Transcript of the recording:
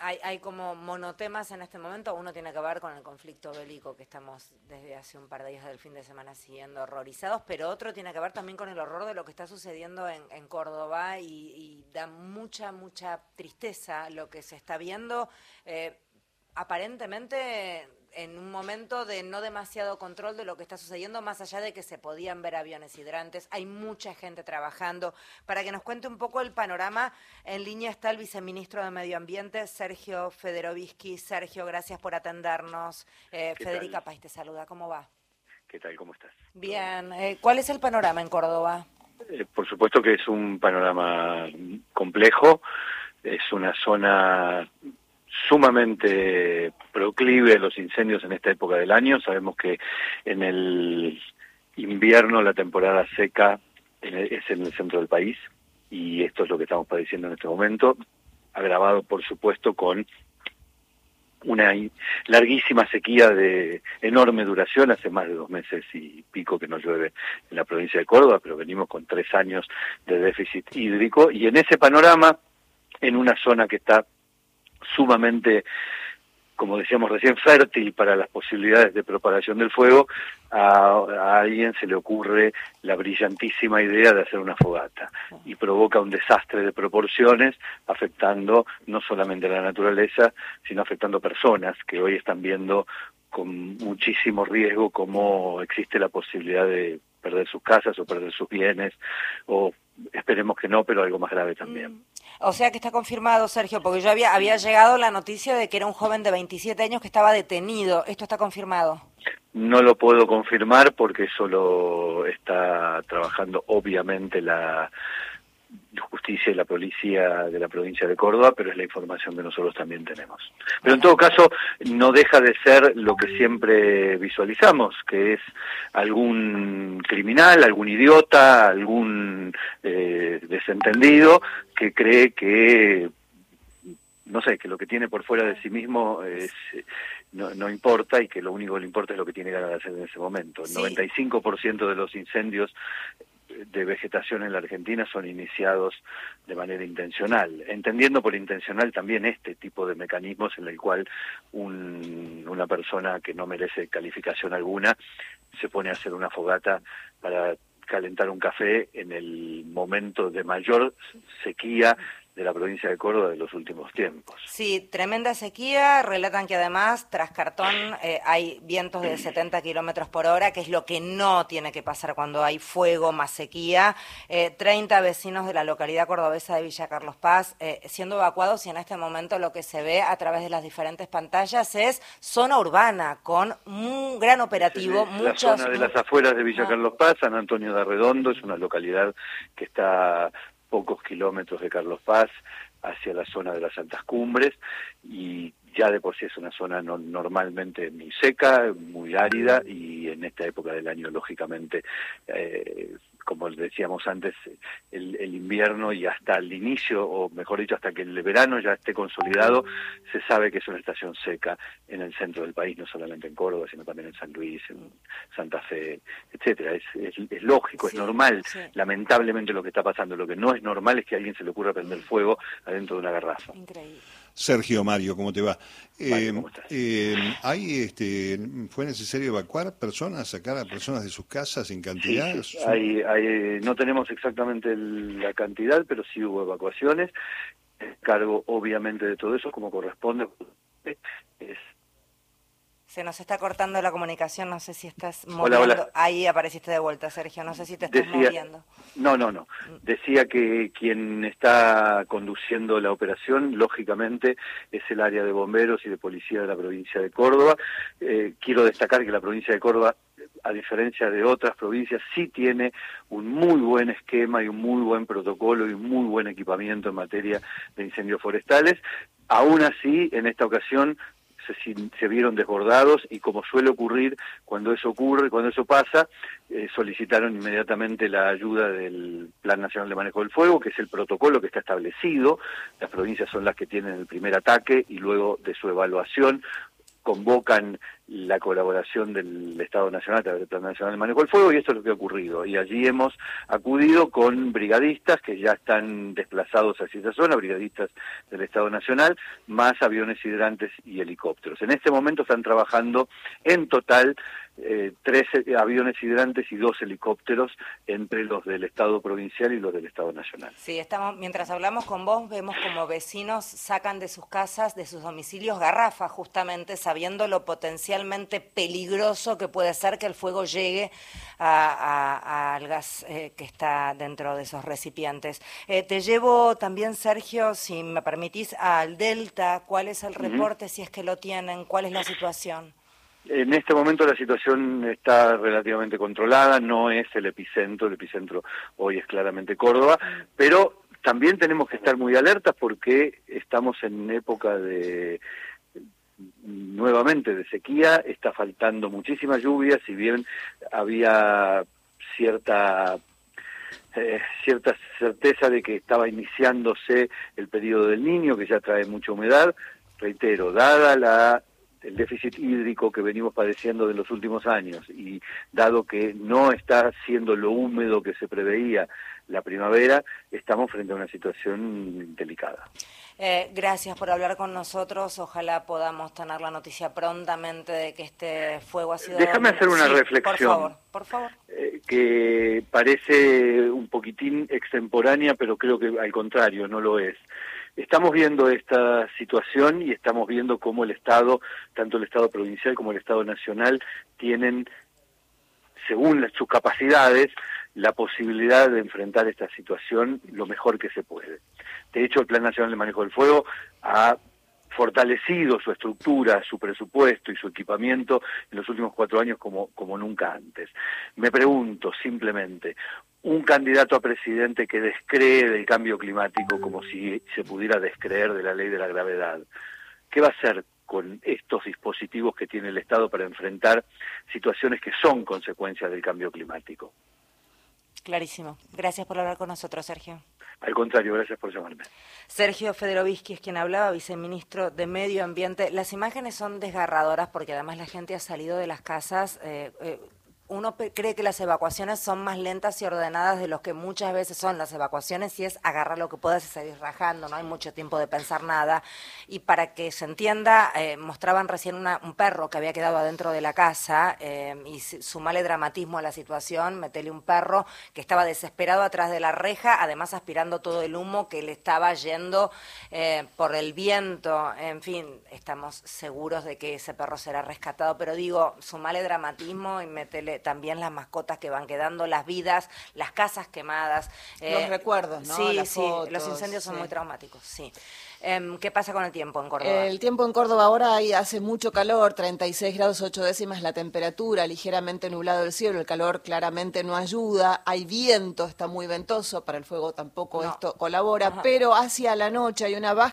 Hay como monotemas en este momento. Uno tiene que ver con el conflicto bélico que estamos desde hace un par de días del fin de semana siguiendo horrorizados, pero otro tiene que ver también con el horror de lo que está sucediendo en Córdoba y da mucha tristeza lo que se está viendo. Aparentemente en un momento de no demasiado control de lo que está sucediendo, más allá de que se podían ver aviones hidrantes, hay mucha gente trabajando. Para que nos cuente un poco el panorama, en línea está el viceministro de Medio Ambiente, Sergio Federovisky. Sergio, gracias por atendernos. Federica País te saluda, ¿cómo va? ¿Qué tal? ¿Cómo estás? Bien, ¿cuál es el panorama en Córdoba? Por supuesto que es un panorama complejo, es una zona sumamente proclive a los incendios en esta época del año. Sabemos que en el invierno la temporada seca es en el centro del país y esto es lo que estamos padeciendo en este momento, agravado por supuesto con una larguísima sequía de enorme duración. Hace más de 2 meses y pico que no llueve en la provincia de Córdoba, pero venimos con 3 años de déficit hídrico, y en ese panorama, en una zona que está sumamente, como decíamos recién, fértil para las posibilidades de propagación del fuego, a alguien se le ocurre la brillantísima idea de hacer una fogata y provoca un desastre de proporciones, afectando no solamente a la naturaleza, sino afectando personas que hoy están viendo con muchísimo riesgo cómo existe la posibilidad de perder sus casas o perder sus bienes, o esperemos que no, pero algo más grave también. O sea que está confirmado, Sergio, porque yo había llegado la noticia de que era un joven de 27 años que estaba detenido. ¿Esto está confirmado? No lo puedo confirmar porque solo está trabajando obviamente la justicia y la policía de la provincia de Córdoba, pero es la información que nosotros también tenemos. Pero en todo caso, no deja de ser lo que siempre visualizamos, que es algún criminal, algún idiota, algún desentendido que cree que, no sé, que lo que tiene por fuera de sí mismo no importa, y que lo único que le importa es lo que tiene ganas de hacer en ese momento. El 95% de los incendios de vegetación en la Argentina son iniciados de manera intencional, entendiendo por intencional también este tipo de mecanismos en el cual una persona que no merece calificación alguna se pone a hacer una fogata para calentar un café en el momento de mayor sequía de la provincia de Córdoba de los últimos tiempos. Sí, tremenda sequía. Relatan que además, tras Cartón, hay vientos de 70 kilómetros por hora, que es lo que no tiene que pasar cuando hay fuego más sequía. 30 vecinos de la localidad cordobesa de Villa Carlos Paz siendo evacuados, y en este momento lo que se ve a través de las diferentes pantallas es zona urbana, con un gran operativo. La zona de las afueras de Villa Carlos Paz, San Antonio de Arredondo, es una localidad que está pocos kilómetros de Carlos Paz, hacia la zona de las Altas Cumbres, y ya de por sí es una zona normalmente muy seca, muy árida, y en esta época del año, lógicamente, como decíamos antes, el invierno y hasta el inicio, o mejor dicho, hasta que el verano ya esté consolidado, se sabe que es una estación seca en el centro del país, no solamente en Córdoba, sino también en San Luis, en Santa Fe, etcétera. Es lógico, es normal, lamentablemente, lo que está pasando. Lo que no es normal es que a alguien se le ocurra prender fuego adentro de una garrafa. Increíble. Sergio, Mario, ¿cómo te va? Mario, ¿cómo estás? ¿Fue necesario evacuar personas, sacar a personas de sus casas en cantidad? Sí. No tenemos exactamente la cantidad, pero sí hubo evacuaciones. Cargo, obviamente, de todo eso, como corresponde. Se nos está cortando la comunicación, no sé si estás moviendo. Hola. Ahí apareciste de vuelta, Sergio, no sé si te estás moviendo. No. Decía que quien está conduciendo la operación, lógicamente, es el área de bomberos y de policía de la provincia de Córdoba. Quiero destacar que la provincia de Córdoba, a diferencia de otras provincias, sí tiene un muy buen esquema y un muy buen protocolo y un muy buen equipamiento en materia de incendios forestales. Aún así, en esta ocasión, se vieron desbordados, y como suele ocurrir cuando eso pasa, solicitaron inmediatamente la ayuda del Plan Nacional de Manejo del Fuego, que es el protocolo que está establecido. Las provincias son las que tienen el primer ataque, y luego de su evaluación convocan la colaboración del Estado Nacional a través del Plan Nacional de Manejo del Fuego, y esto es lo que ha ocurrido. Y allí hemos acudido con brigadistas que ya están desplazados hacia esa zona, brigadistas del Estado Nacional, más aviones hidrantes y helicópteros. En este momento están trabajando en total 3 aviones hidrantes y 2 helicópteros entre los del Estado provincial y los del Estado Nacional. Sí, mientras hablamos con vos, vemos como vecinos sacan de sus casas, de sus domicilios, garrafas, justamente sabiendo lo potencialmente peligroso que puede ser que el fuego llegue al gas que está dentro de esos recipientes. Te llevo también, Sergio, si me permitís, al Delta. ¿Cuál es el reporte, si es que lo tienen? ¿Cuál es la situación? En este momento la situación está relativamente controlada, no es el epicentro hoy es claramente Córdoba, pero también tenemos que estar muy alertas porque estamos en época nuevamente de sequía, está faltando muchísima lluvia, si bien había cierta certeza de que estaba iniciándose el periodo del Niño, que ya trae mucha humedad. Reitero, dada el déficit hídrico que venimos padeciendo de los últimos años y dado que no está siendo lo húmedo que se preveía la primavera, estamos frente a una situación delicada. Gracias por hablar con nosotros. Ojalá podamos tener la noticia prontamente de que este fuego ha sido... Déjame hacer una reflexión. Por favor. Que parece un poquitín extemporánea, pero creo que al contrario, no lo es. Estamos viendo esta situación y estamos viendo cómo el Estado, tanto el Estado provincial como el Estado nacional, tienen, según sus capacidades, la posibilidad de enfrentar esta situación lo mejor que se puede. De hecho, el Plan Nacional de Manejo del Fuego ha fortalecido su estructura, su presupuesto y su equipamiento en los últimos 4 años como nunca antes. Me pregunto simplemente, un candidato a presidente que descree del cambio climático como si se pudiera descreer de la ley de la gravedad, ¿qué va a hacer con estos dispositivos que tiene el Estado para enfrentar situaciones que son consecuencias del cambio climático? Clarísimo. Gracias por hablar con nosotros, Sergio. Al contrario, gracias por llamarme. Sergio Federovisky es quien hablaba, viceministro de Medio Ambiente. Las imágenes son desgarradoras porque además la gente ha salido de las casas. Uno cree que las evacuaciones son más lentas y ordenadas de lo que muchas veces son las evacuaciones, y es agarrar lo que puedas y salir rajando, no hay mucho tiempo de pensar nada. Y para que se entienda, mostraban recién un perro que había quedado adentro de la casa, y sumale dramatismo a la situación, metele un perro que estaba desesperado atrás de la reja, además aspirando todo el humo que le estaba yendo por el viento. En fin, estamos seguros de que ese perro será rescatado, pero digo, sumale dramatismo y metele también las mascotas que van quedando, las vidas, las casas quemadas. Los recuerdos, ¿no? Sí, las fotos, los incendios son sí. muy traumáticos, sí. ¿Qué pasa con el tiempo en Córdoba? El tiempo en Córdoba ahora hace mucho calor, 36 grados 8 décimas la temperatura, ligeramente nublado el cielo, el calor claramente no ayuda, hay viento, está muy ventoso, para el fuego tampoco esto colabora, pero hacia la noche hay una baja